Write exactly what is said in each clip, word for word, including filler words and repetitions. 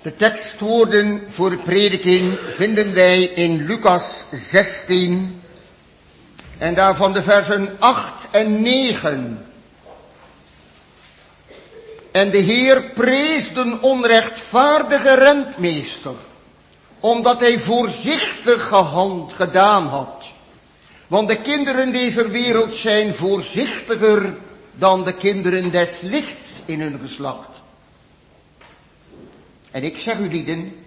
De tekstwoorden voor de prediking vinden wij in Lucas zestien en daarvan de versen acht en negen. En de Heer prees de onrechtvaardige rentmeester, omdat hij voorzichtig gehand gedaan had. Want de kinderen deze wereld zijn voorzichtiger dan de kinderen des lichts in hun geslacht. En ik zeg u lieden,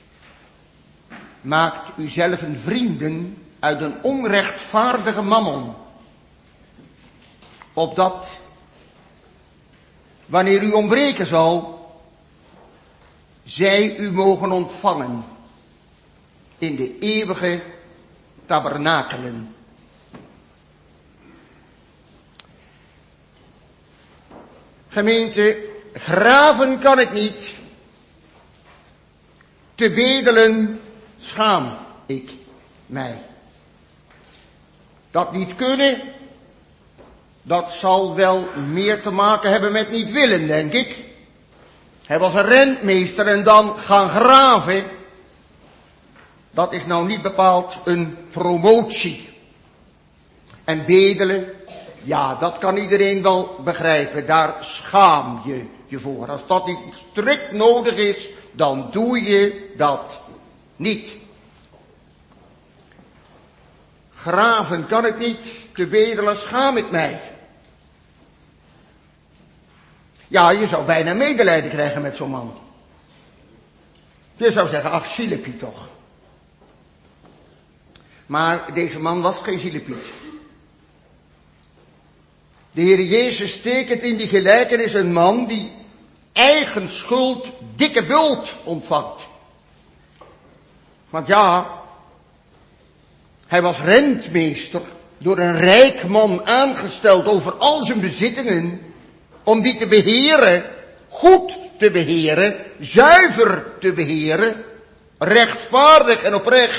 maakt u zelf een vrienden uit een onrechtvaardige mammon, opdat, wanneer u ontbreken zal, zij u mogen ontvangen in de eeuwige tabernakelen. Gemeente, graven kan ik niet, te bedelen schaam ik mij. Dat niet kunnen, dat zal wel meer te maken hebben met niet willen, denk ik. Hij was een rentmeester en dan gaan graven, dat is nou niet bepaald een promotie. En bedelen, ja, dat kan iedereen wel begrijpen, daar schaam je je voor. Als dat niet strikt nodig is, dan doe je dat niet. Graven kan ik niet, te bedelen schaam ik mij. Ja, je zou bijna medelijden krijgen met zo'n man. Je zou zeggen, ach, zielepiet toch. Maar deze man was geen zielepiet. De Heer Jezus tekent in die gelijkenis een man die eigen schuld dikke bult ontvangt. Want ja, hij was rentmeester, door een rijk man aangesteld over al zijn bezittingen, om die te beheren, goed te beheren, zuiver te beheren, rechtvaardig en oprecht.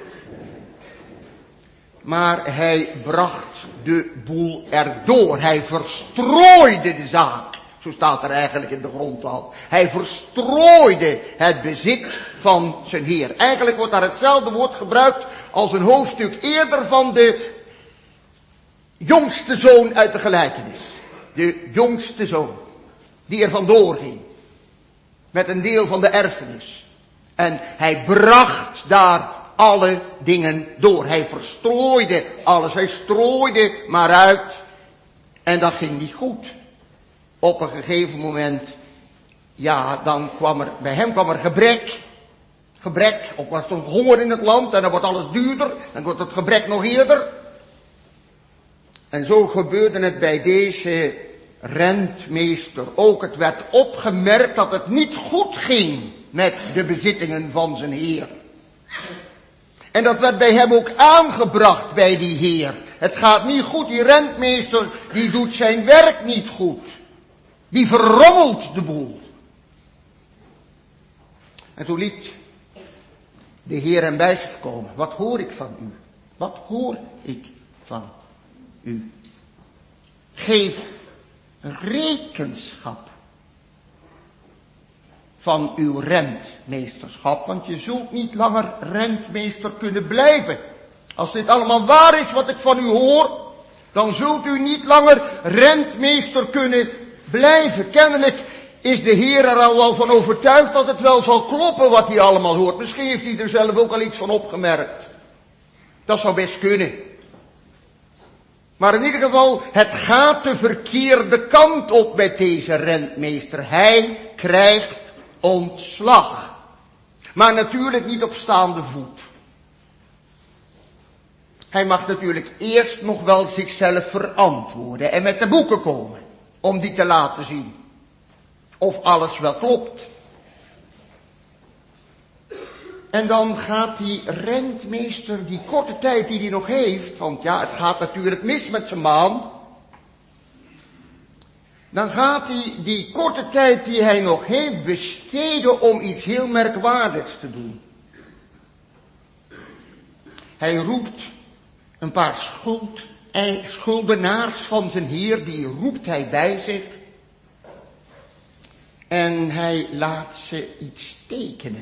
Maar hij bracht de boel erdoor. Hij verstrooide de zaak. Zo staat er eigenlijk in de grondtaal. Hij verstrooide het bezit van zijn Heer. Eigenlijk wordt daar hetzelfde woord gebruikt als een hoofdstuk eerder van de jongste zoon uit de gelijkenis. De jongste zoon. Die er vandoor ging. Met een deel van de erfenis. En hij bracht daar alle dingen door. Hij verstrooide alles. Hij strooide maar uit. En dat ging niet goed. Op een gegeven moment, ja, dan kwam er, bij hem kwam er gebrek. Gebrek, of was er honger in het land en dan wordt alles duurder. Dan wordt het gebrek nog eerder. En zo gebeurde het bij deze rentmeester ook. Het werd opgemerkt dat het niet goed ging met de bezittingen van zijn Heer. En dat werd bij hem ook aangebracht bij die Heer. Het gaat niet goed, die rentmeester, die doet zijn werk niet goed. Die verrommelt de boel. En toen liet de Heer hem bij zich komen. Wat hoor ik van u? Wat hoor ik van u? Geef rekenschap van uw rentmeesterschap, want je zult niet langer rentmeester kunnen blijven. Als dit allemaal waar is wat ik van u hoor, dan zult u niet langer rentmeester kunnen blijven. Kennelijk is de Heer er al wel van overtuigd dat het wel zal kloppen wat hij allemaal hoort. Misschien heeft hij er zelf ook al iets van opgemerkt. Dat zou best kunnen. Maar in ieder geval, het gaat de verkeerde kant op met deze rentmeester. Hij krijgt ontslag. Maar natuurlijk niet op staande voet. Hij mag natuurlijk eerst nog wel zichzelf verantwoorden en met de boeken komen. Om die te laten zien. Of alles wel klopt. En dan gaat die rentmeester, die korte tijd die hij nog heeft, want ja, het gaat natuurlijk mis met zijn baan. Dan gaat hij die korte tijd die hij nog heeft besteden om iets heel merkwaardigs te doen. Hij roept een paar schuld, schuldenaars van zijn Heer, die roept hij bij zich. En hij laat ze iets tekenen.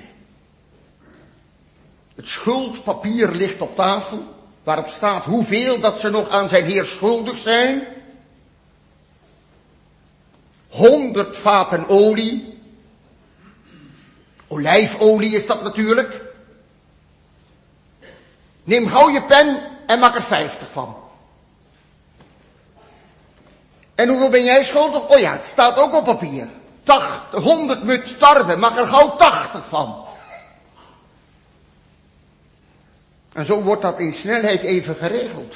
Het schuldpapier ligt op tafel, waarop staat hoeveel dat ze nog aan zijn heer schuldig zijn. Honderd vaten olie. Olijfolie is dat natuurlijk. Neem gauw je pen en maak er vijftig van. En hoeveel ben jij schuldig? Oh ja, het staat ook op papier. tachtig, honderd mut tarwe, maak er gauw tachtig van. En zo wordt dat in snelheid even geregeld.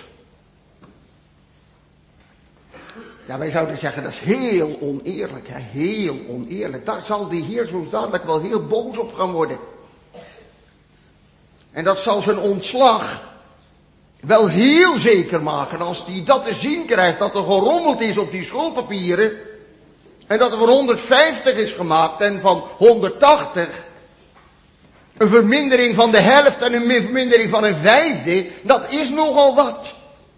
Ja, wij zouden zeggen, dat is heel oneerlijk, hè? Heel oneerlijk. Daar zal de Heer zo dadelijk wel heel boos op gaan worden. En dat zal zijn ontslag wel heel zeker maken als hij dat te zien krijgt, dat er gerommeld is op die schoolpapieren. En dat er van honderdvijftig is gemaakt en van honderdtachtig. Een vermindering van de helft en een vermindering van een vijfde, dat is nogal wat.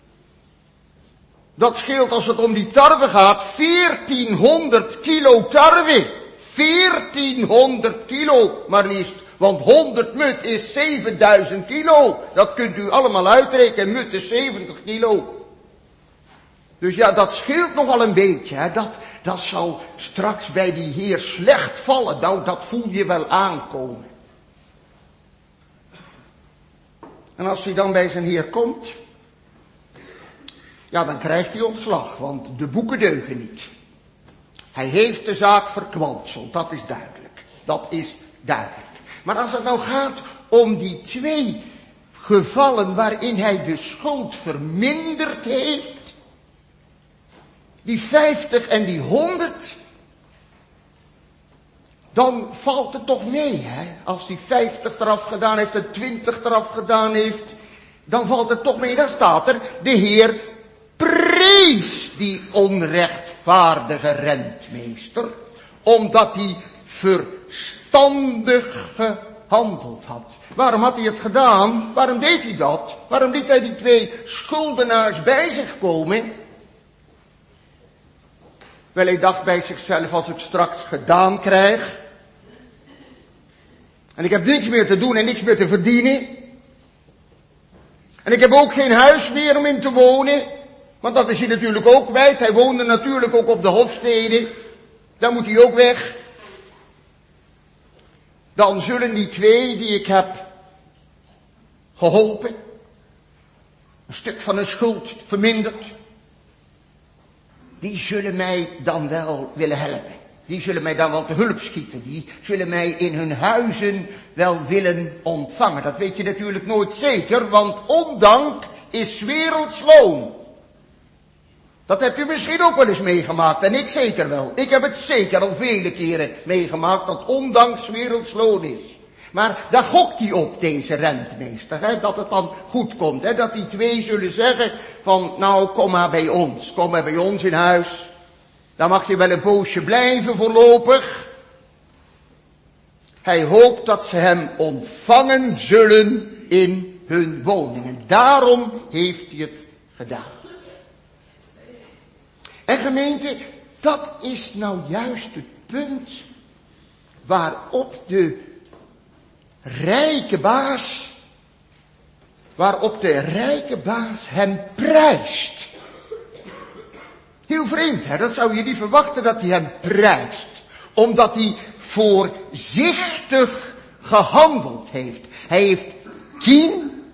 Dat scheelt als het om die tarwe gaat, veertienhonderd kilo tarwe. veertienhonderd kilo, maar liefst. Want honderd mut is zevenduizend kilo. Dat kunt u allemaal uitrekenen. Mut is zeventig kilo. Dus ja, dat scheelt nogal een beetje. Hè. Dat, dat zal straks bij die Heer slecht vallen. Nou, dat voel je wel aankomen. En als hij dan bij zijn Heer komt, ja, dan krijgt hij ontslag, want de boeken deugen niet. Hij heeft de zaak verkwanseld, dat is duidelijk. Dat is duidelijk. Maar als het nou gaat om die twee gevallen waarin hij de schuld verminderd heeft, die vijftig en die honderd, dan valt het toch mee, hè? Als hij vijftig eraf gedaan heeft en twintig eraf gedaan heeft, dan valt het toch mee. Daar staat er, de Heer prees die onrechtvaardige rentmeester, omdat hij verstandig gehandeld had. Waarom had hij het gedaan? Waarom deed hij dat? Waarom liet hij die twee schuldenaars bij zich komen? Wel, hij dacht bij zichzelf, als ik straks gedaan krijg, en ik heb niks meer te doen en niks meer te verdienen, en ik heb ook geen huis meer om in te wonen, want dat is hij natuurlijk ook kwijt. Hij woonde natuurlijk ook op de Hofstede, daar moet hij ook weg. Dan zullen die twee die ik heb geholpen, een stuk van hun schuld verminderd, die zullen mij dan wel willen helpen. Die zullen mij dan wel te hulp schieten. Die zullen mij in hun huizen wel willen ontvangen. Dat weet je natuurlijk nooit zeker, want ondank is 's werelds loon. Dat heb je misschien ook wel eens meegemaakt, en ik zeker wel. Ik heb het zeker al vele keren meegemaakt, dat ondank 's werelds loon is. Maar daar gokt hij op, deze rentmeester, hè, dat het dan goed komt. Hè, dat die twee zullen zeggen van, nou, kom maar bij ons. Kom maar bij ons in huis. Dan mag je wel een poosje blijven voorlopig. Hij hoopt dat ze hem ontvangen zullen in hun woningen. Daarom heeft hij het gedaan. En gemeente, dat is nou juist het punt waarop de rijke baas, waarop de rijke baas hem prijst. Heel vreemd, hè? Dat zou je niet verwachten dat hij hem prijst. Omdat hij voorzichtig gehandeld heeft. Hij heeft tien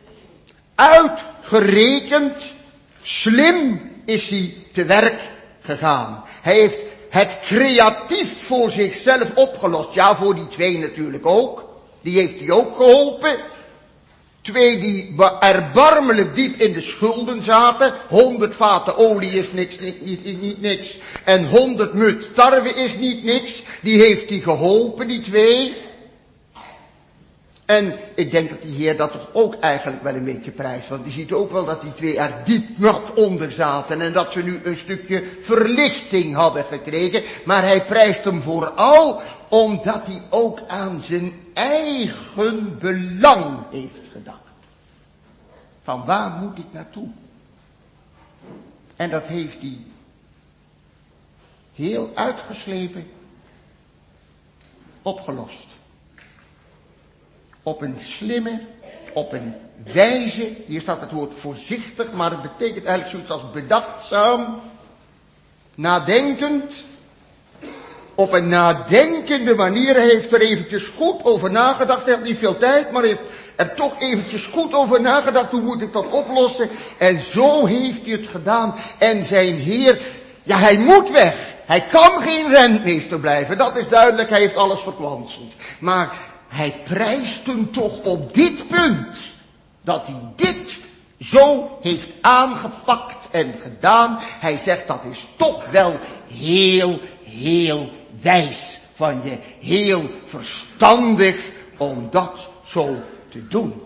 uitgerekend, slim is hij te werk gegaan. Hij heeft het creatief voor zichzelf opgelost. Ja, voor die twee natuurlijk ook. Die heeft hij ook geholpen. Twee die erbarmelijk diep in de schulden zaten. Honderd vaten olie is niks, niet, niet, niet niks. En honderd mut tarwe is niet niks. Die heeft hij geholpen, die twee. En ik denk dat die Heer dat toch ook eigenlijk wel een beetje prijst. Want die ziet ook wel dat die twee er diep nat onder zaten. En dat ze nu een stukje verlichting hadden gekregen. Maar hij prijst hem vooral omdat hij ook aan zijn eigen belang heeft gedacht. Van waar moet ik naartoe? En dat heeft hij heel uitgeslepen opgelost. Op een slimme, op een wijze, hier staat het woord voorzichtig, maar het betekent eigenlijk zoiets als bedachtzaam, nadenkend. Op een nadenkende manier heeft er eventjes goed over nagedacht. Hij had niet veel tijd, maar heeft er toch eventjes goed over nagedacht. Hoe moet ik dat oplossen? En zo heeft hij het gedaan. En zijn Heer, ja, hij moet weg. Hij kan geen rentmeester blijven. Dat is duidelijk, hij heeft alles verkwanseld. Maar hij prijst hem toch op dit punt. Dat hij dit zo heeft aangepakt en gedaan. Hij zegt, dat is toch wel heel, heel wijs van je. Heel verstandig om dat zo te doen.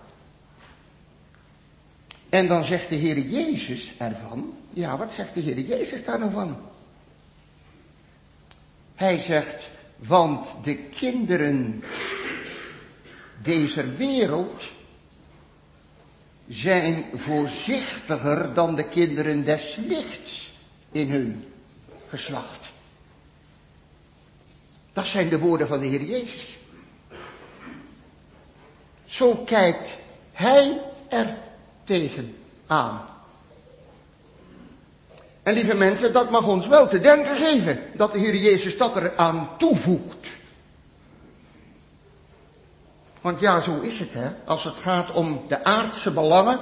En dan zegt de Heer Jezus ervan. Ja, wat zegt de Heer Jezus daar nou van? Hij zegt, want de kinderen deze wereld zijn voorzichtiger dan de kinderen des lichts in hun geslacht. Dat zijn de woorden van de Heer Jezus. Zo kijkt hij er tegen aan. En lieve mensen, dat mag ons wel te denken geven, dat de Heer Jezus dat er aan toevoegt. Want ja, zo is het, hè. Als het gaat om de aardse belangen,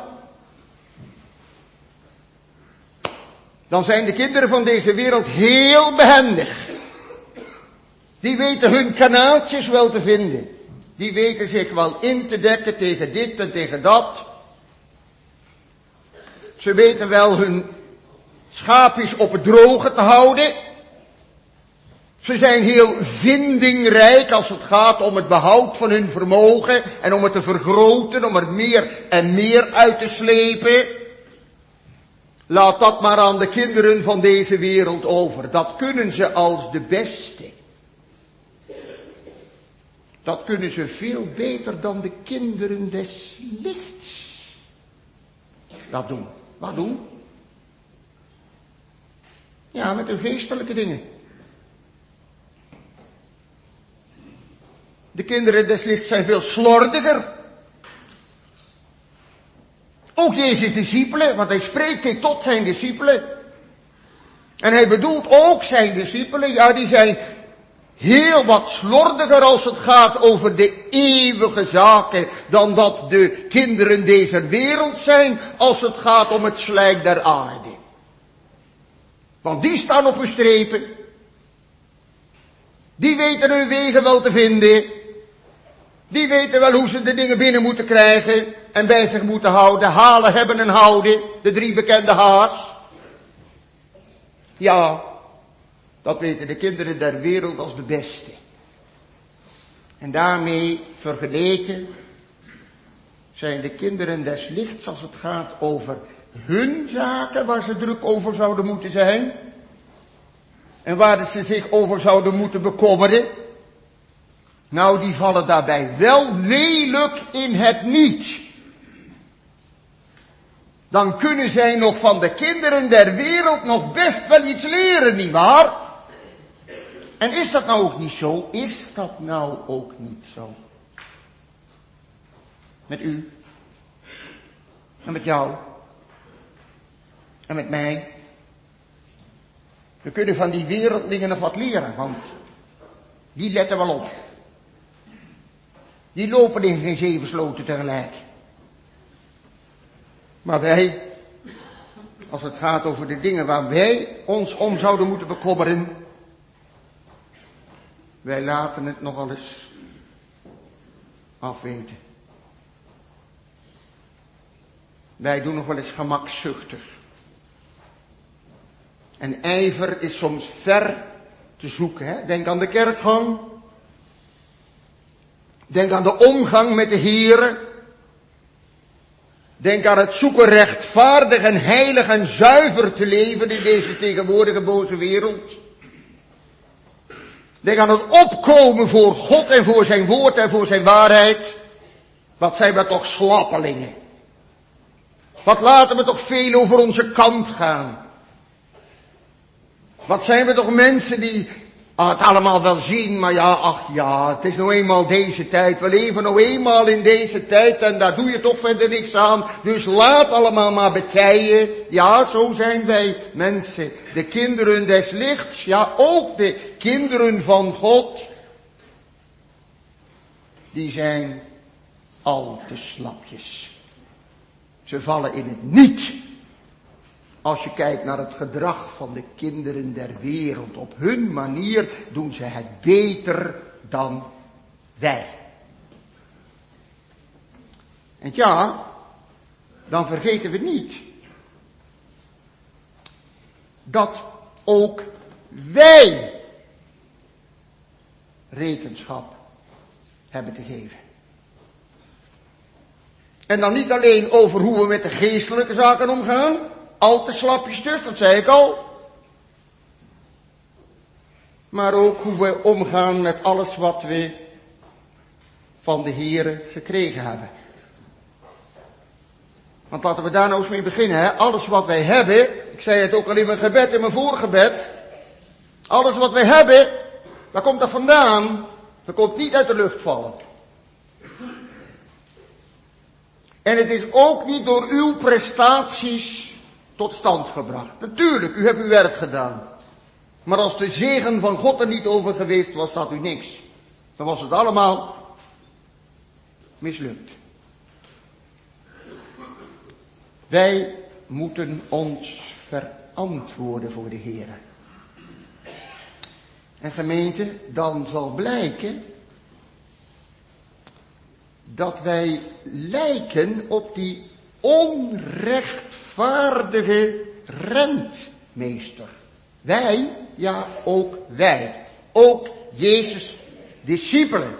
dan zijn de kinderen van deze wereld heel behendig. Die weten hun kanaaltjes wel te vinden. Die weten zich wel in te dekken tegen dit en tegen dat. Ze weten wel hun schaapjes op het droge te houden. Ze zijn heel vindingrijk als het gaat om het behoud van hun vermogen en om het te vergroten, om er meer en meer uit te slepen. Laat dat maar aan de kinderen van deze wereld over. Dat kunnen ze als de beste. Dat kunnen ze veel beter dan de kinderen des lichts. Dat doen. Wat doen? Ja, met hun geestelijke dingen. De kinderen des lichts zijn veel slordiger. Ook Jezus' discipelen, want hij spreekt tot zijn discipelen. En hij bedoelt ook zijn discipelen, ja, die zijn heel wat slordiger als het gaat over de eeuwige zaken dan dat de kinderen deze wereld zijn als het gaat om het slijk der aarde. Want die staan op hun strepen. Die weten hun wegen wel te vinden. Die weten wel hoe ze de dingen binnen moeten krijgen en bij zich moeten houden. Halen, hebben en houden. De drie bekende H's. Ja, dat weten de kinderen der wereld als de beste. En daarmee vergeleken zijn de kinderen des lichts als het gaat over hun zaken waar ze druk over zouden moeten zijn. En waar ze zich over zouden moeten bekommeren. Nou, die vallen daarbij wel lelijk in het niet. Dan kunnen zij nog van de kinderen der wereld nog best wel iets leren, nietwaar? En is dat nou ook niet zo? Is dat nou ook niet zo? Met u. En met jou. En met mij. We kunnen van die wereldlingen nog wat leren, want die letten wel op. Die lopen in geen zeven sloten tegelijk. Maar wij, als het gaat over de dingen waar wij ons om zouden moeten bekommeren, wij laten het nogal eens afweten. Wij doen nog wel eens gemakzuchtig. En ijver is soms ver te zoeken. Hè? Denk aan de kerkgang. Denk aan de omgang met de Here. Denk aan het zoeken rechtvaardig en heilig en zuiver te leven in deze tegenwoordige boze wereld. Denk aan het opkomen voor God en voor zijn woord en voor zijn waarheid. Wat zijn we toch slappelingen. Wat laten we toch veel over onze kant gaan. Wat zijn we toch mensen die het allemaal wel zien, maar ja, ach ja, het is nou eenmaal deze tijd. We leven nou eenmaal in deze tijd en daar doe je toch verder niks aan. Dus laat allemaal maar betijen. Ja, zo zijn wij mensen. De kinderen des lichts, ja ook de kinderen van God. Die zijn al te slapjes. Ze vallen in het niet. Als je kijkt naar het gedrag van de kinderen der wereld, op hun manier doen ze het beter dan wij. En ja, dan vergeten we niet dat ook wij rekenschap hebben te geven. En dan niet alleen over hoe we met de geestelijke zaken omgaan, al te slapjes dus, dat zei ik al. Maar ook hoe we omgaan met alles wat we van de Heere gekregen hebben. Want laten we daar nou eens mee beginnen, hè. Alles wat wij hebben, ik zei het ook al in mijn gebed, in mijn voorgebed. Alles wat wij hebben, waar komt dat vandaan? Dat komt niet uit de lucht vallen. En het is ook niet door uw prestaties tot stand gebracht. Natuurlijk, u hebt uw werk gedaan. Maar als de zegen van God er niet over geweest was, had u niks. Dan was het allemaal mislukt. Wij moeten ons verantwoorden voor de Heer. En gemeente, dan zal blijken dat wij lijken op die onrechtvaardige rentmeester. Wij, ja ook wij. Ook Jezus' discipelen.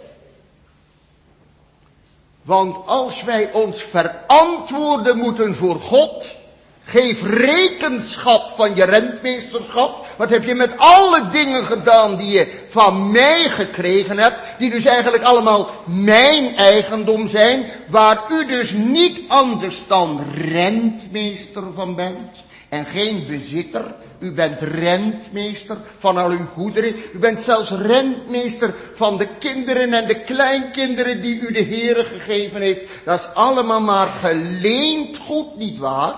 Want als wij ons verantwoorden moeten voor God, geef rekenschap van je rentmeesterschap. Wat heb je met alle dingen gedaan die je van mij gekregen hebt, die dus eigenlijk allemaal mijn eigendom zijn, waar u dus niet anders dan rentmeester van bent en geen bezitter. U bent rentmeester van al uw goederen. U bent zelfs rentmeester van de kinderen en de kleinkinderen die u de Heere gegeven heeft. Dat is allemaal maar geleend goed, nietwaar?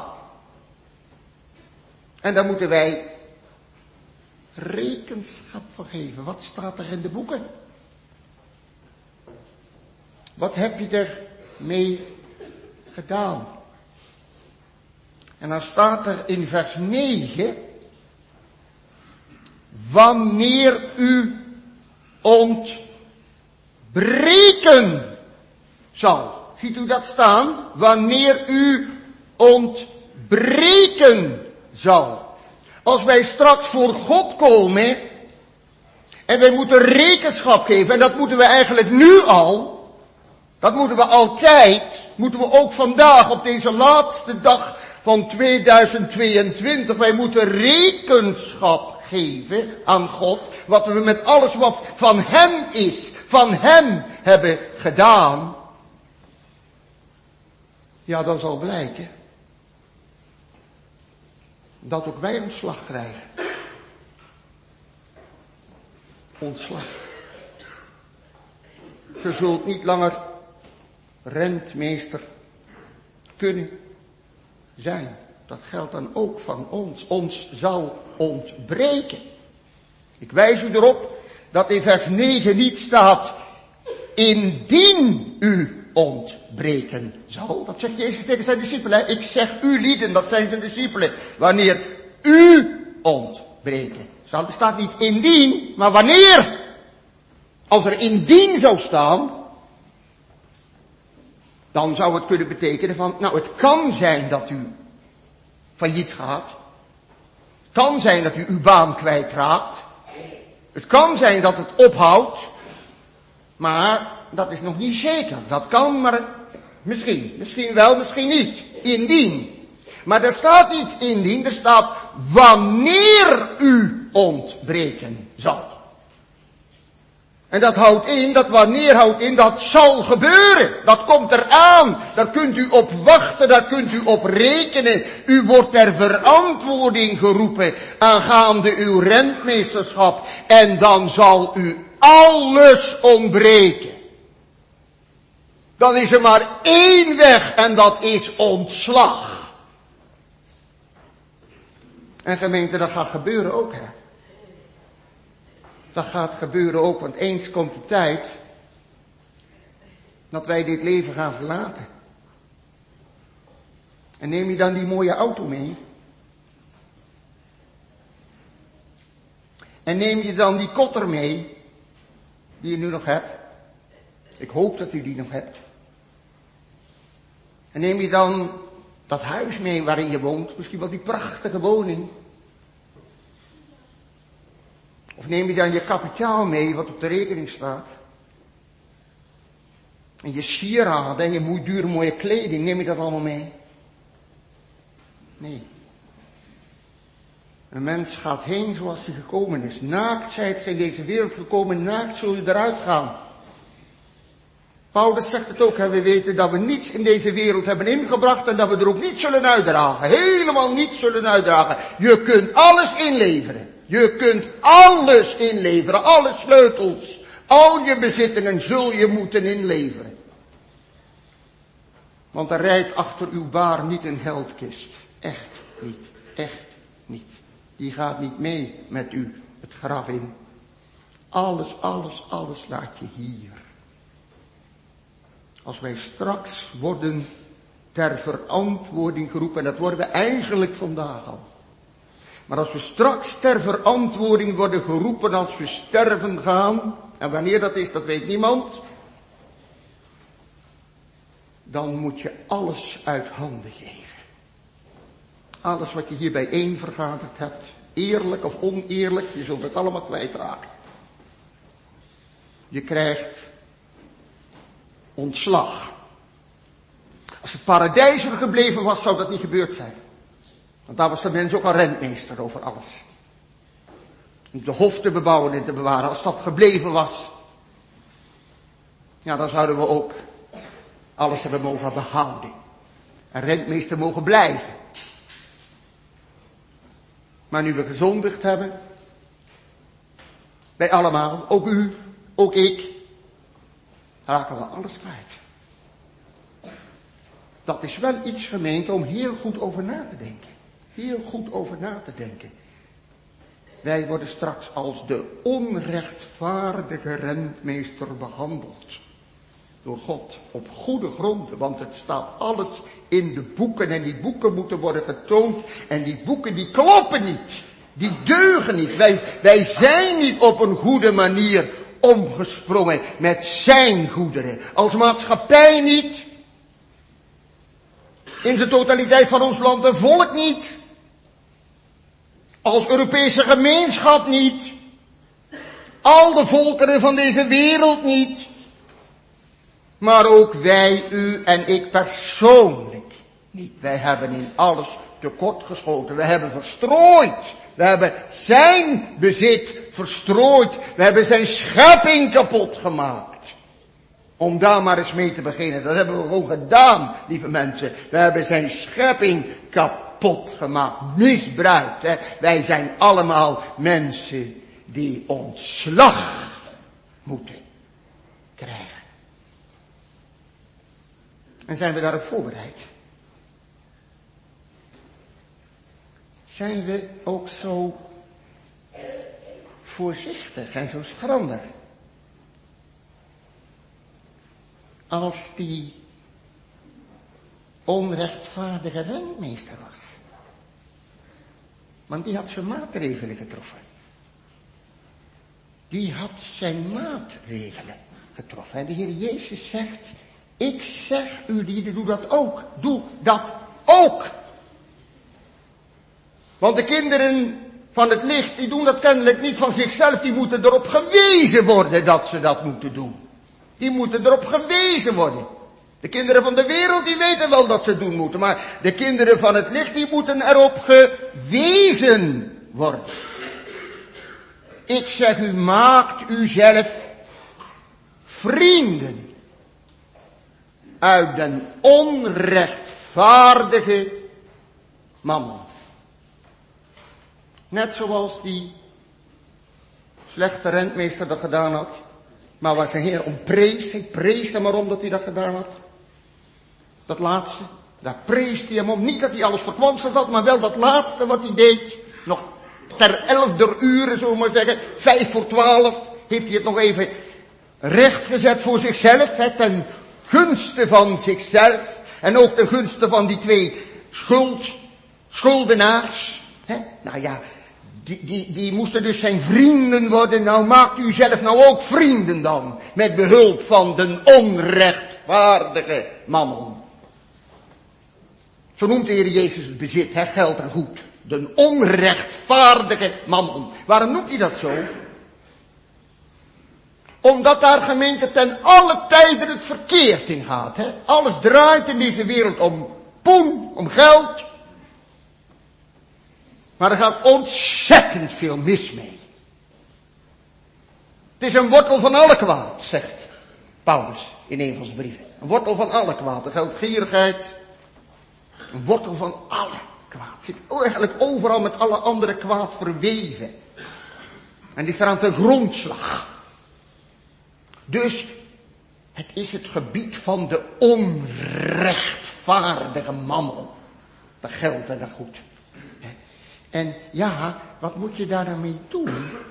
En daar moeten wij rekenschap van geven. Wat staat er in de boeken? Wat heb je er mee gedaan? En dan staat er in vers negen, wanneer u ontbreken zal. Ziet u dat staan? Wanneer u ontbreken zal. Als wij straks voor God komen en wij moeten rekenschap geven, en dat moeten we eigenlijk nu al, dat moeten we altijd, moeten we ook vandaag op deze laatste dag van tweeduizend tweeëntwintig, wij moeten rekenschap geven aan God, wat we met alles wat van Hem is, van Hem hebben gedaan. Ja, dan zal blijken dat ook wij ontslag krijgen. Ontslag. Je zult niet langer rentmeester kunnen zijn. Dat geldt dan ook van ons. Ons zal ontbreken. Ik wijs u erop dat in vers negen niet staat, indien u ontbreken zal. Dat zegt Jezus tegen zijn discipelen. Ik zeg u lieden, dat zijn zijn discipelen. Wanneer u ontbreken zal. Er staat niet indien, maar wanneer. Als er indien zou staan, dan zou het kunnen betekenen van, nou het kan zijn dat u failliet gaat. Het kan zijn dat u uw baan kwijtraakt. Het kan zijn dat het ophoudt. Maar dat is nog niet zeker. Dat kan, maar misschien. Misschien wel, misschien niet. Indien. Maar er staat niet indien, er staat wanneer u ontbreken zal. En dat houdt in, dat wanneer houdt in, dat zal gebeuren. Dat komt eraan. Daar kunt u op wachten, daar kunt u op rekenen. U wordt ter verantwoording geroepen aangaande uw rentmeesterschap. En dan zal u alles ontbreken. Dan is er maar één weg en dat is ontslag. En gemeente, dat gaat gebeuren ook, hè. Dat gaat gebeuren ook, want eens komt de tijd dat wij dit leven gaan verlaten. En neem je dan die mooie auto mee? En neem je dan die kotter mee, die je nu nog hebt? Ik hoop dat u die nog hebt. En neem je dan dat huis mee waarin je woont, misschien wel die prachtige woning? Of neem je dan je kapitaal mee wat op de rekening staat? En je sieraden en je moe- dure mooie kleding, neem je dat allemaal mee? Nee. Een mens gaat heen zoals hij gekomen is. Naakt zijt gij in deze wereld gekomen, naakt zul je eruit gaan. Paulus zegt het ook, hè? We weten dat we niets in deze wereld hebben ingebracht en dat we er ook niet zullen uitdragen. Helemaal niets zullen uitdragen. Je kunt alles inleveren. Je kunt alles inleveren, alle sleutels, al je bezittingen zul je moeten inleveren. Want er rijdt achter uw baar niet een geldkist. Echt niet, echt niet. Die gaat niet mee met u het graf in. Alles, alles, alles laat je hier. Als wij straks worden ter verantwoording geroepen, en dat worden we eigenlijk vandaag al. Maar als we straks ter verantwoording worden geroepen als we sterven gaan, en wanneer dat is, dat weet niemand, dan moet je alles uit handen geven. Alles wat je hier bijeen vergaderd hebt, eerlijk of oneerlijk, je zult het allemaal kwijtraken. Je krijgt ontslag. Als het paradijs er gebleven was, zou dat niet gebeurd zijn. Want daar was de mens ook al rentmeester over alles. Om de hof te bebouwen en te bewaren. Als dat gebleven was, ja, dan zouden we ook alles hebben mogen behouden. En rentmeester mogen blijven. Maar nu we gezondigd hebben, wij allemaal, ook u, ook ik, raken we alles kwijt. Dat is wel iets, gemeente, om heel goed over na te denken. Heel goed over na te denken. Wij worden straks als de onrechtvaardige rentmeester behandeld. Door God. Op goede gronden. Want het staat alles in de boeken. En die boeken moeten worden getoond. En die boeken die kloppen niet. Die deugen niet. Wij, wij zijn niet op een goede manier omgesprongen met zijn goederen. Als maatschappij niet. In de totaliteit van ons land en volk niet. Als Europese gemeenschap niet. Al de volkeren van deze wereld niet. Maar ook wij, u en ik persoonlijk niet. Wij hebben in alles tekort geschoten. We hebben verstrooid. We hebben zijn bezit verstrooid. We hebben zijn schepping kapot gemaakt. Om daar maar eens mee te beginnen. Dat hebben we gewoon gedaan, lieve mensen. We hebben zijn schepping kapot gemaakt. Misbruikt. Hè? Wij zijn allemaal mensen die ontslag moeten krijgen. En zijn we daarop voorbereid? Zijn we ook zo voorzichtig en zo schrander? Als die onrechtvaardige rentmeester was. Want die had zijn maatregelen getroffen. Die had zijn maatregelen getroffen. En de Heer Jezus zegt, ik zeg u lieden, doe dat ook. Doe dat ook. Want de kinderen van het licht, die doen dat kennelijk niet van zichzelf. Die moeten erop gewezen worden dat ze dat moeten doen. Die moeten erop gewezen worden. De kinderen van de wereld, die weten wel dat ze het doen moeten. Maar de kinderen van het licht, die moeten erop gewezen worden. Ik zeg u, maakt uzelf vrienden uit den onrechtvaardige mammon. Net zoals die slechte rentmeester dat gedaan had. Maar waar zijn Heer om prees. Hij prees hem maar om dat hij dat gedaan had. Dat laatste. Daar preest hij hem om. Niet dat hij alles verkwanseld had, maar wel dat laatste wat hij deed. Nog ter elfder uren, zullen we maar zeggen. Vijf voor twaalf. Heeft hij het nog even rechtgezet voor zichzelf. Hè, ten gunste van zichzelf. En ook ten gunste van die twee schuld, schuldenaars. Hè? Nou ja, die, die, die moesten dus zijn vrienden worden. Nou maakt u zelf nou ook vrienden dan. Met behulp van de onrechtvaardige mammon. Zo noemt de Heer Jezus het bezit, hè, geld en goed. De onrechtvaardige mammon. Waarom noemt hij dat zo? Omdat daar, gemeente, ten alle tijden het verkeerd in gaat. Hè? Alles draait in deze wereld om poen, om geld. Maar er gaat ontzettend veel mis mee. Het is een wortel van alle kwaad, zegt Paulus in een van zijn brieven. Een wortel van alle kwaad. De geldgierigheid. Een wortel van alle kwaad. Het zit eigenlijk overal met alle andere kwaad verweven. En ligt eraan ten grondslag. Dus het is het gebied van de onrechtvaardige mammon. Dat geld en dat goed. En ja, wat moet je daar dan mee doen?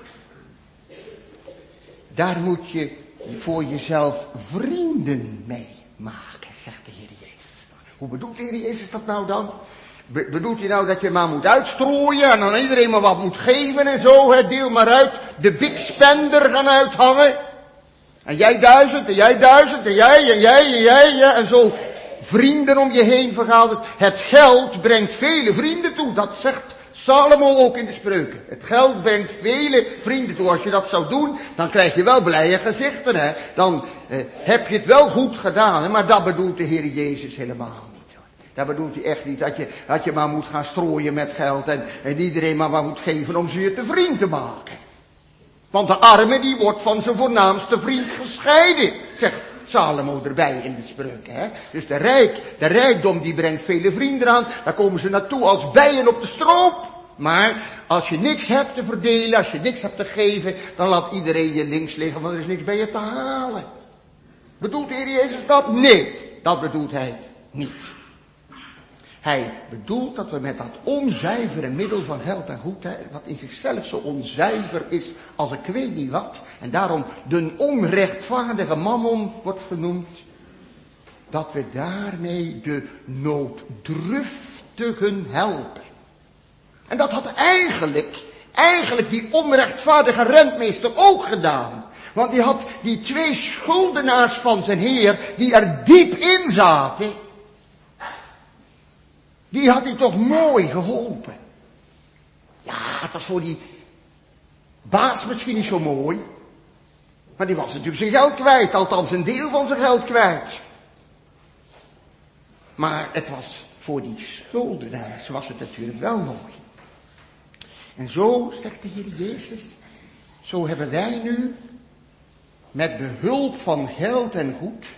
Daar moet je voor jezelf vrienden mee maken, zegt de Heer Jezus. Hoe bedoelt de Heer Jezus dat nou dan? Be- bedoelt hij nou dat je maar moet uitstrooien en aan iedereen maar wat moet geven en zo, hè? Deel maar uit, de big spender gaan uithangen. En jij duizend, en jij duizend, en jij, en jij, en jij, ja, en zo vrienden om je heen vergaderd. Het geld brengt vele vrienden toe, dat zegt Salomo ook in de Spreuken. Het geld brengt vele vrienden toe. Als je dat zou doen, dan krijg je wel blije gezichten, hè. Dan eh, heb je het wel goed gedaan, hè? Maar dat bedoelt de Heer Jezus helemaal niet, hoor. Dat bedoelt hij echt niet, dat je, dat je maar moet gaan strooien met geld en, en iedereen maar wat moet geven om ze je te vriend te maken. Want de arme die wordt van zijn voornaamste vriend gescheiden, zegt Salomo erbij in de Spreuken. Hè? Dus de, rijk, de rijkdom die brengt vele vrienden aan, daar komen ze naartoe als bijen op de stroop. Maar als je niks hebt te verdelen, als je niks hebt te geven, dan laat iedereen je links liggen, want er is niks bij je te halen. Bedoelt de Heer Jezus dat? Nee, dat bedoelt hij niet. Hij bedoelt dat we met dat onzuivere middel van geld en goed, hè, wat in zichzelf zo onzuiver is als ik weet niet wat, en daarom de onrechtvaardige mammon wordt genoemd, dat we daarmee de nooddruftigen helpen. En dat had eigenlijk, eigenlijk die onrechtvaardige rentmeester ook gedaan. Want die had die twee schuldenaars van zijn Heer, die er diep in zaten, die had hij toch mooi geholpen. Ja, het was voor die baas misschien niet zo mooi. Maar die was natuurlijk zijn geld kwijt. Althans een deel van zijn geld kwijt. Maar het was voor die schuldenaars was het natuurlijk wel mooi. En zo, zegt de Heer Jezus, zo hebben wij nu met behulp van geld en goed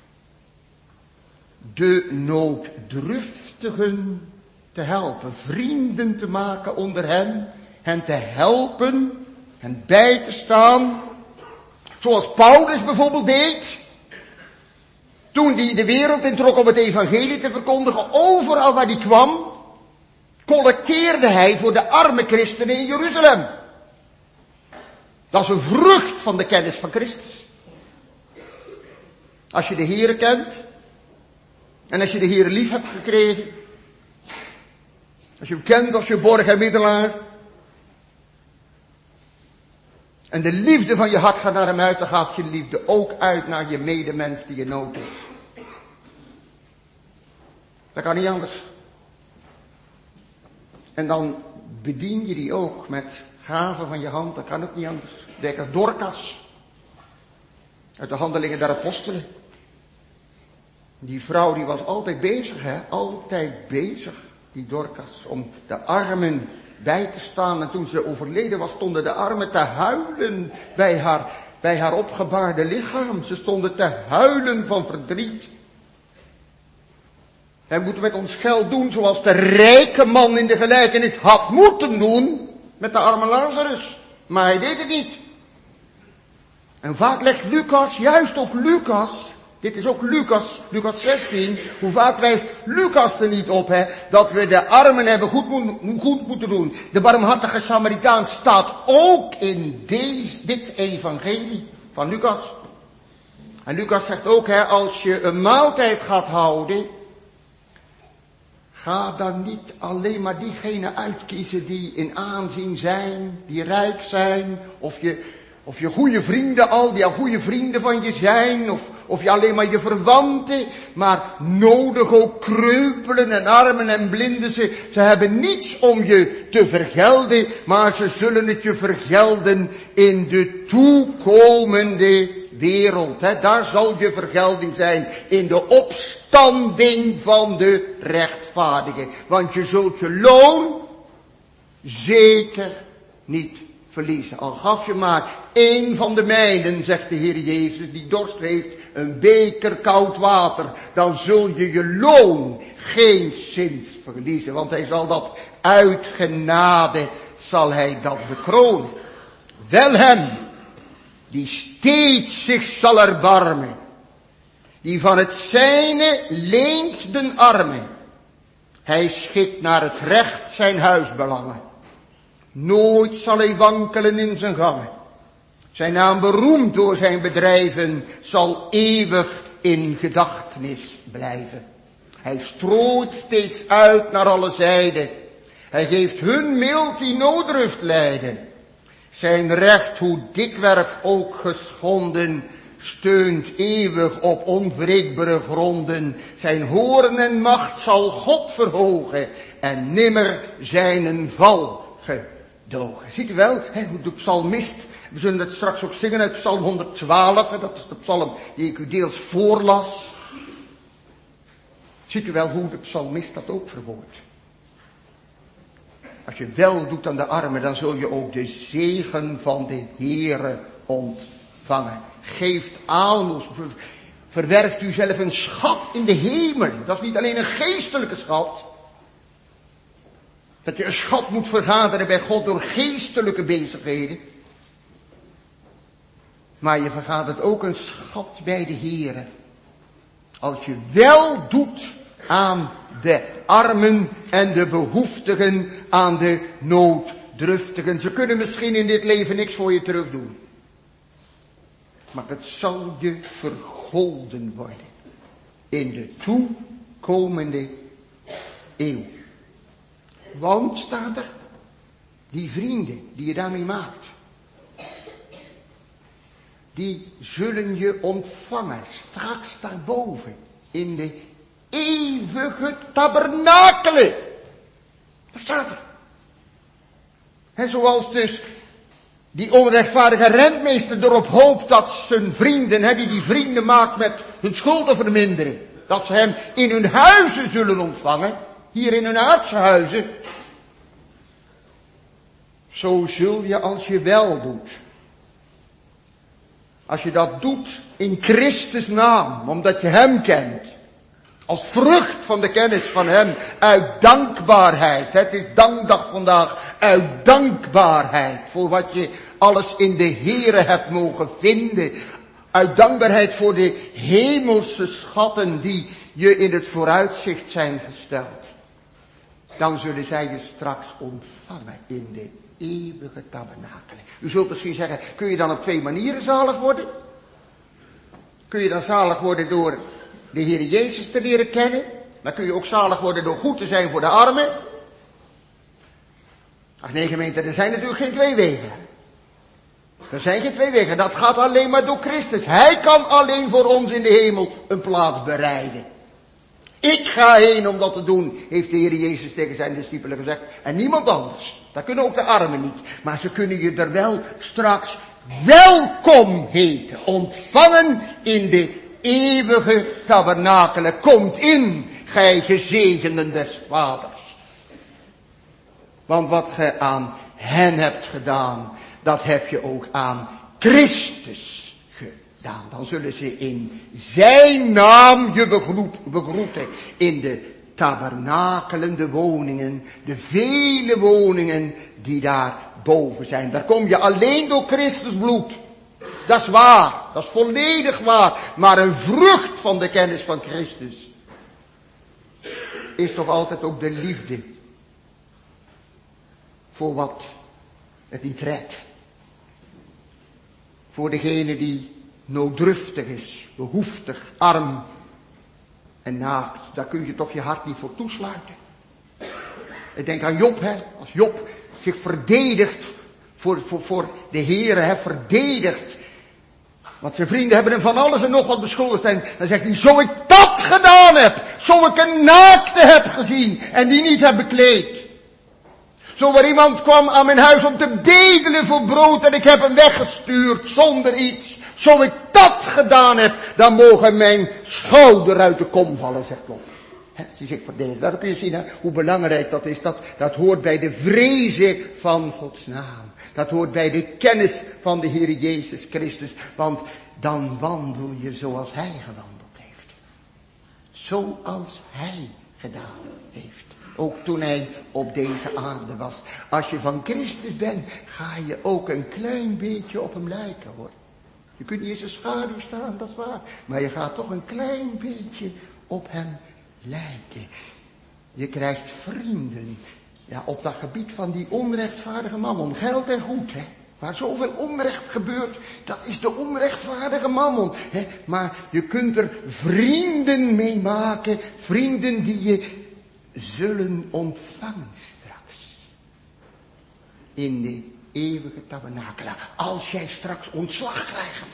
de nooddruftigen te helpen, vrienden te maken onder hen, hen te helpen, hen bij te staan, zoals Paulus bijvoorbeeld deed, toen hij de wereld introk om het evangelie te verkondigen, overal waar hij kwam, collecteerde hij voor de arme christenen in Jeruzalem. Dat is een vrucht van de kennis van Christus. Als je de Heere kent, en als je de Heere lief hebt gekregen, als je hem kent als je borg en middelaar, en de liefde van je hart gaat naar hem uit, dan gaat je liefde ook uit naar je medemens die je nood heeft. Dat kan niet anders. En dan bedien je die ook met gaven van je hand, dat kan ook niet anders. Denk aan Dorcas, uit de Handelingen der Apostelen. Die vrouw die was altijd bezig, hè, altijd bezig, die Dorcas, om de armen bij te staan. En toen ze overleden was, stonden de armen te huilen bij haar bij haar opgebaarde lichaam. Ze stonden te huilen van verdriet. Wij moeten met ons geld doen zoals de rijke man in de gelijkenis had moeten doen met de arme Lazarus. Maar hij deed het niet. En vaak legt Lucas, juist ook Lucas, dit is ook Lucas, Lucas zestien, hoe vaak wijst Lucas er niet op, hè, dat we de armen hebben goed, mo- goed moeten doen. De barmhartige Samaritaan staat ook in deze, dit evangelie van Lucas. En Lucas zegt ook, hè, als je een maaltijd gaat houden, ga dan niet alleen maar diegenen uitkiezen die in aanzien zijn, die rijk zijn, of je, of je goede vrienden al, die al goede vrienden van je zijn, of, of je alleen maar je verwanten, maar nodig ook kreupelen en armen en blinden. Ze, ze hebben niets om je te vergelden, maar ze zullen het je vergelden in de toekomende wereld. Hè. Daar zal je vergelding zijn in de opstanding van de rechtvaardigen. Want je zult je loon zeker niet verliezen. Al gaf je maar één van de mijnen, zegt de Heer Jezus, die dorst heeft, een beker koud water, dan zul je je loon geen zins verliezen. Want hij zal dat uit genade, zal hij dat bekronen. Wel hem, die steeds zich zal erbarmen, die van het zijne leent den arme. Hij schikt naar het recht zijn huisbelangen. Nooit zal hij wankelen in zijn gangen. Zijn naam beroemd door zijn bedrijven zal eeuwig in gedachtenis blijven. Hij strooit steeds uit naar alle zijden. Hij geeft hun mild die noodrust lijden. Zijn recht, hoe dikwerf ook geschonden, steunt eeuwig op onwreekbare gronden. Zijn hoorn en macht zal God verhogen en nimmer zijn val gedogen. Ziet u wel, hè, hoe de psalmist, we zullen het straks ook zingen uit psalm honderdtwaalf, hè, dat is de psalm die ik u deels voorlas. Ziet u wel hoe de psalmist dat ook verwoordt. Als je wel doet aan de armen, dan zul je ook de zegen van de Heere ontvangen. Geeft aalmoes, verwerft u zelf een schat in de hemel. Dat is niet alleen een geestelijke schat. Dat je een schat moet vergaderen bij God door geestelijke bezigheden. Maar je vergadert ook een schat bij de Heere. Als je wel doet aan de armen en de behoeftigen, aan de nooddruftigen. Ze kunnen misschien in dit leven niks voor je terug doen. Maar het zal je vergolden worden in de toekomende eeuw. Want, staat er, die vrienden die je daarmee maakt, die zullen je ontvangen straks daarboven in de eeuwige tabernakelen. Dat staat er. En zoals dus die onrechtvaardige rentmeester erop hoopt dat zijn vrienden, hè, die die vrienden maakt met hun schulden verminderen, dat ze hem in hun huizen zullen ontvangen, hier in hun aardse huizen. Zo zul je, als je wel doet, als je dat doet in Christus naam, omdat je hem kent, als vrucht van de kennis van hem, uit dankbaarheid. Het is dankdag vandaag, uit dankbaarheid voor wat je alles in de Here hebt mogen vinden. Uit dankbaarheid voor de hemelse schatten die je in het vooruitzicht zijn gesteld. Dan zullen zij je straks ontvangen in de eeuwige tabernakelen. U zult misschien zeggen, kun je dan op twee manieren zalig worden? Kun je dan zalig worden door de Heer Jezus te leren kennen? Dan kun je ook zalig worden door goed te zijn voor de armen. Ach nee gemeente, er zijn natuurlijk geen twee wegen. Er zijn geen twee wegen, dat gaat alleen maar door Christus. Hij kan alleen voor ons in de hemel een plaats bereiden. Ik ga heen om dat te doen, heeft de Heer Jezus tegen zijn discipelen gezegd. En niemand anders. Dat kunnen ook de armen niet. Maar ze kunnen je er wel straks welkom heten. Ontvangen in de eeuwige tabernakelen. Komt in, gij gezegenden des Vaders. Want wat gij aan hen hebt gedaan, dat heb je ook aan Christus gedaan. Dan zullen ze in zijn naam je begroeten. In de tabernakelen, de woningen, de vele woningen die daar boven zijn. Daar kom je alleen door Christus bloed. Dat is waar, dat is volledig waar. Maar een vrucht van de kennis van Christus is toch altijd ook de liefde voor wat het niet redt. Voor degene die nooddruftig is, behoeftig, arm en naakt. Daar kun je toch je hart niet voor toesluiten. Ik denk aan Job, hè. Als Job zich verdedigt voor, voor, voor de Heere, hè, verdedigt. Want zijn vrienden hebben hem van alles en nog wat beschuldigd. En dan zegt hij, zo ik dat gedaan heb, zo ik een naakte heb gezien en die niet heb bekleed. Zo waar iemand kwam aan mijn huis om te bedelen voor brood en ik heb hem weggestuurd zonder iets. Zo ik dat gedaan heb, dan mogen mijn schouder uit de kom vallen, zegt God. He, als hij zich verdedigt. Daar kun je zien hè, hoe belangrijk dat is. Dat, dat hoort bij de vrezen van Gods naam. Dat hoort bij de kennis van de Heer Jezus Christus. Want dan wandel je zoals Hij gewandeld heeft. Zoals Hij gedaan heeft. Ook toen Hij op deze aarde was. Als je van Christus bent, ga je ook een klein beetje op Hem lijken hoor. Je kunt niet in zijn schaduw staan, dat is waar. Maar je gaat toch een klein beetje op Hem lijken. Je krijgt vrienden. Ja, op dat gebied van die onrechtvaardige mammon. Geld en goed, hè. Waar zoveel onrecht gebeurt, dat is de onrechtvaardige mammon. Hè. Maar je kunt er vrienden mee maken. Vrienden die je zullen ontvangen straks. In de eeuwige tabernakelen. Als jij straks ontslag krijgt.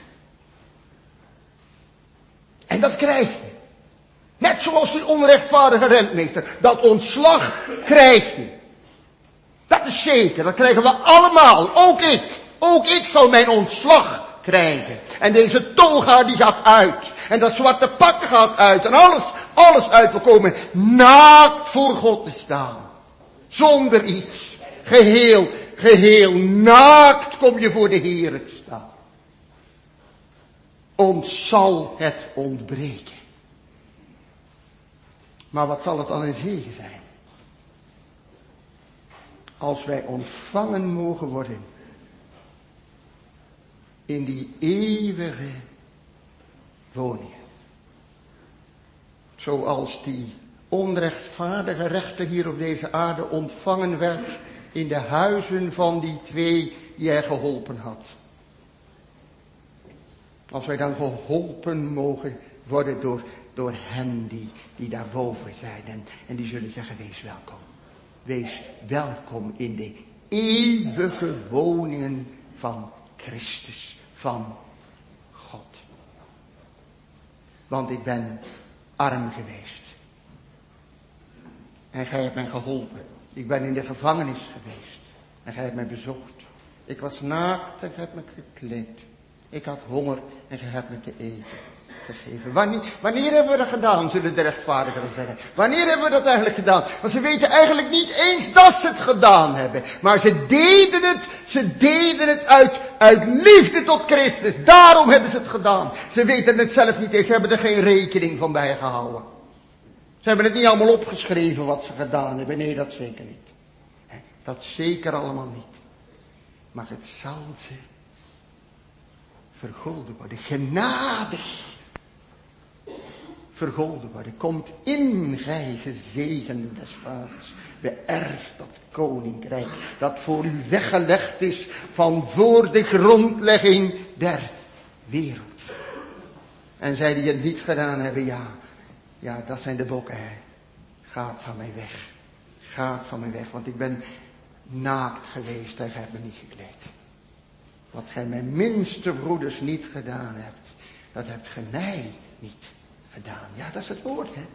En dat krijg je. Net zoals die onrechtvaardige rentmeester. Dat ontslag krijg je. Dat is zeker. Dat krijgen we allemaal. Ook ik. Ook ik zal mijn ontslag krijgen. En deze toga die gaat uit. En dat zwarte pak gaat uit. En alles, alles uit. We komen naakt voor God te staan. Zonder iets. Geheel, geheel naakt kom je voor de Heer te staan. Ons zal het ontbreken. Maar wat zal het dan een zegen zijn? Als wij ontvangen mogen worden in die eeuwige woningen. Zoals die onrechtvaardige rechter hier op deze aarde ontvangen werd in de huizen van die twee die hij geholpen had. Als wij dan geholpen mogen worden door, door hen die, die daarboven zijn. En, en die zullen zeggen, wees welkom. Wees welkom in de eeuwige woningen van Christus, van God. Want ik ben arm geweest. En gij hebt mij geholpen. Ik ben in de gevangenis geweest. En gij hebt mij bezocht. Ik was naakt en gij hebt me gekleed. Ik had honger en gij hebt me te eten gegeven. Wanneer, wanneer hebben we dat gedaan, zullen de rechtvaardigen zeggen. Wanneer hebben we dat eigenlijk gedaan? Want ze weten eigenlijk niet eens dat ze het gedaan hebben. Maar ze deden het, ze deden het uit, uit liefde tot Christus. Daarom hebben ze het gedaan. Ze weten het zelf niet eens, ze hebben er geen rekening van bijgehouden. Ze hebben het niet allemaal opgeschreven wat ze gedaan hebben. Nee, dat zeker niet. Dat zeker allemaal niet. Maar het zal ze vergolden worden. Genadig vergolden worden. Komt in, gij gezegende des vaders. Beërft dat koninkrijk dat voor u weggelegd is van voor de grondlegging der wereld. En zij die het niet gedaan hebben, ja, ja, dat zijn de bokken, hè. Gaat van mij weg. Gaat van mij weg, want ik ben naakt geweest en gij hebt me niet gekleed. Wat gij mijn minste broeders niet gedaan hebt, dat hebt gij mij niet gedaan. Ja, dat is het woord, hè.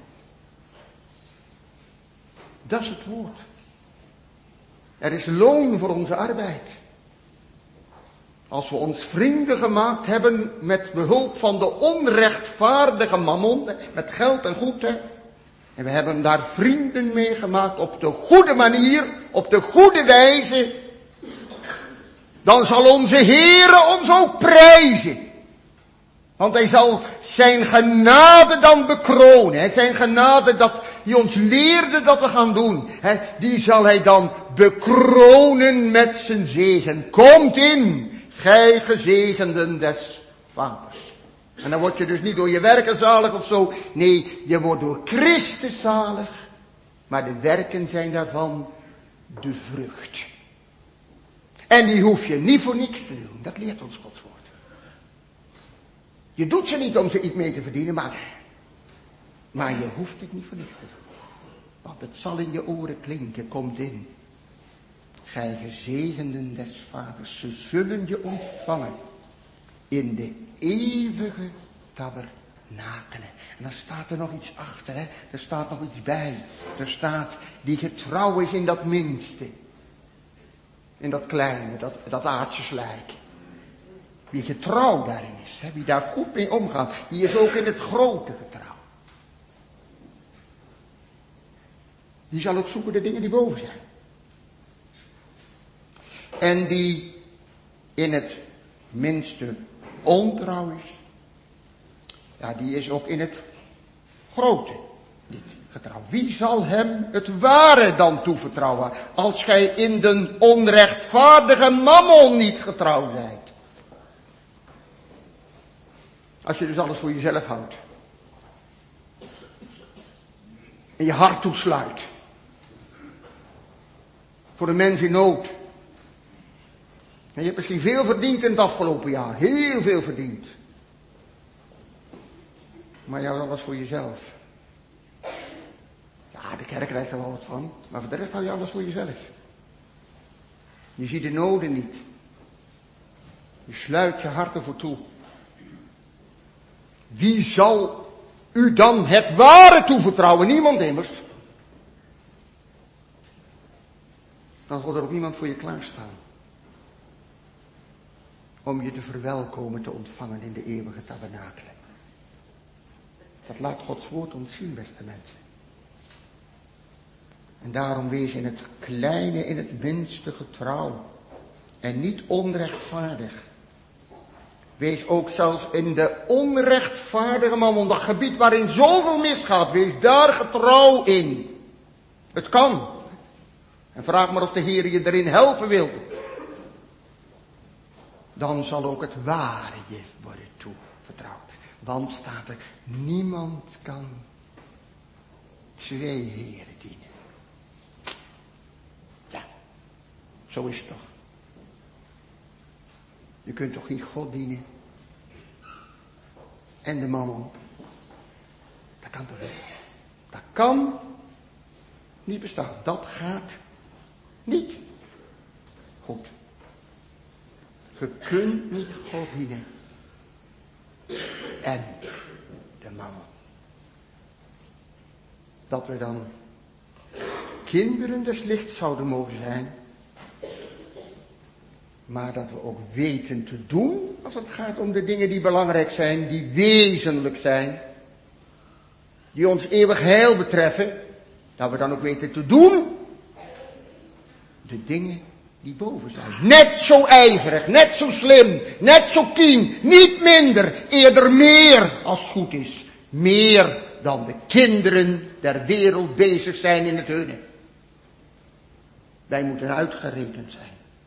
Dat is het woord. Er is loon voor onze arbeid. Als we ons vrienden gemaakt hebben met behulp van de onrechtvaardige mammon, met geld en goed, hè. En we hebben daar vrienden mee gemaakt op de goede manier, op de goede wijze. dan zal onze Heere ons ook prijzen. Want hij zal zijn genade dan bekronen. Hè. Zijn genade dat hij ons leerde dat we gaan doen. Hè. Die zal hij dan bekronen met zijn zegen. Komt in, gij gezegenden des vaders. En dan word je dus niet door je werken zalig of zo. Nee, je wordt door Christus zalig. Maar de werken zijn daarvan de vrucht. En die hoef je niet voor niks te doen. Dat leert ons Gods woord. Je doet ze niet om ze iets mee te verdienen, maar, maar je hoeft het niet voor niks te doen. Want het zal in je oren klinken, komt in. Gij gezegenden des vaders, ze zullen je ontvangen in de eeuwige tabernakelen. En dan staat er nog iets achter, hè? Er staat nog iets bij. Er staat, die getrouw is in dat minste. In dat kleine, dat, dat aardse slijk. Wie getrouw daarin is, hè? Wie daar goed mee omgaat, die is ook in het grote getrouw. Die zal ook zoeken de dingen die boven zijn. En die in het minste ontrouw is, ja, die is ook in het grote niet getrouw. Wie zal hem het ware dan toevertrouwen, als gij in de onrechtvaardige mammon niet getrouw zijt? Als je dus alles voor jezelf houdt. En je hart toesluit. Voor de mens in nood. En je hebt misschien veel verdiend in het afgelopen jaar. Heel veel verdiend. Maar jou dat was voor jezelf. Ja, de kerk krijgt er wel wat van. Maar voor de rest hou je alles voor jezelf. Je ziet de noden niet. Je sluit je hart ervoor toe. Wie zal u dan het ware toevertrouwen? Niemand immers. Dan zal er ook niemand voor je klaarstaan. Om je te verwelkomen, te ontvangen in de eeuwige tabernakelen. Dat laat Gods woord ons zien, beste mensen. En daarom wees in het kleine, in het minste getrouw. En niet onrechtvaardig. Wees ook zelfs in de onrechtvaardige mammon, dat gebied waarin zoveel misgaat, wees daar getrouw in. Het kan. En vraag maar of de Heer je erin helpen wil. Dan zal ook het ware je worden toevertrouwd. Want staat er, niemand kan twee heren dienen. Ja, zo is het toch. Je kunt toch niet God dienen en de mammon. Dat kan toch niet. Dat kan niet bestaan. Dat gaat niet goed. Je kunt niet God dienen en de mammon. Dat we dan kinderen des lichts zouden mogen zijn. Maar dat we ook weten te doen, als het gaat om de dingen die belangrijk zijn, die wezenlijk zijn, die ons eeuwig heil betreffen, dat we dan ook weten te doen, de dingen die boven zijn. Net zo ijverig, net zo slim, net zo kien, niet minder, eerder meer als het goed is. Meer dan de kinderen der wereld bezig zijn in het hunne. Wij moeten uitgerekend zijn.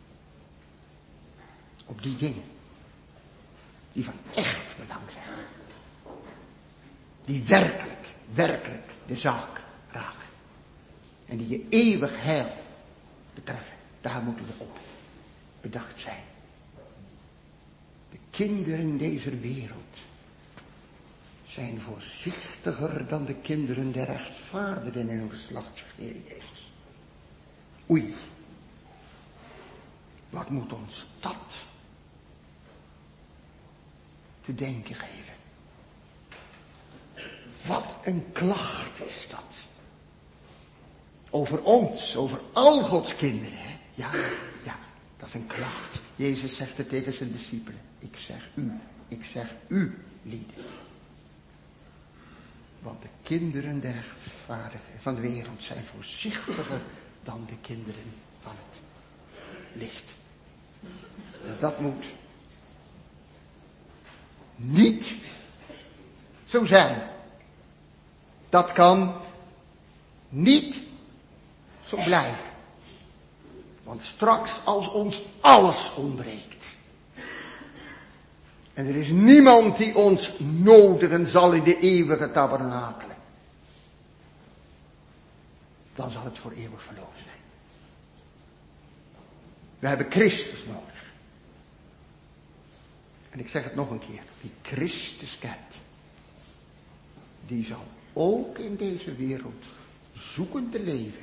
Op die dingen. Die van echt belang zijn. Die werkelijk, werkelijk de zaak raken. En die je eeuwig heil betreffen. Daar moeten we op bedacht zijn. De kinderen deze wereld zijn voorzichtiger dan de kinderen der rechtvaardigen in hun geslacht, zegt de Heer Jezus. Oei. Wat moet ons dat te denken geven? Wat een klacht is dat. Over ons, over al Gods kinderen. Hè? Ja, ja, dat is een klacht. Jezus zegt het tegen zijn discipelen. Ik zeg u, ik zeg u, lieden. Want de kinderen der rechtvaardigen van de wereld zijn voorzichtiger dan de kinderen van het licht. Dat moet niet zo zijn. Dat kan niet zo blijven. Want straks als ons alles ontbreekt. En er is niemand die ons nodigen zal in de eeuwige tabernakelen. Dan zal het voor eeuwig verloren zijn. We hebben Christus nodig. En ik zeg het nog een keer. Wie Christus kent. Die zal ook in deze wereld zoeken te leven.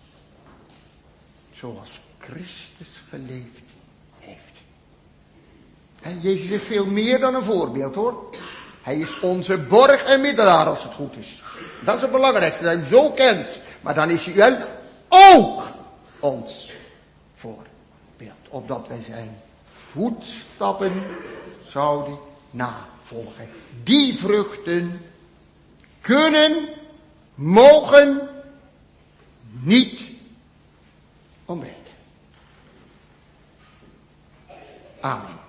Zoals Christus geleefd heeft. En Jezus is veel meer dan een voorbeeld hoor. Hij is onze borg en middelaar als het goed is. Dat is het belangrijkste, dat hij hem zo kent. Maar dan is hij wel ook ons voorbeeld. Opdat wij zijn voetstappen zouden navolgen. Die vruchten kunnen, mogen niet ontbreken. Amen.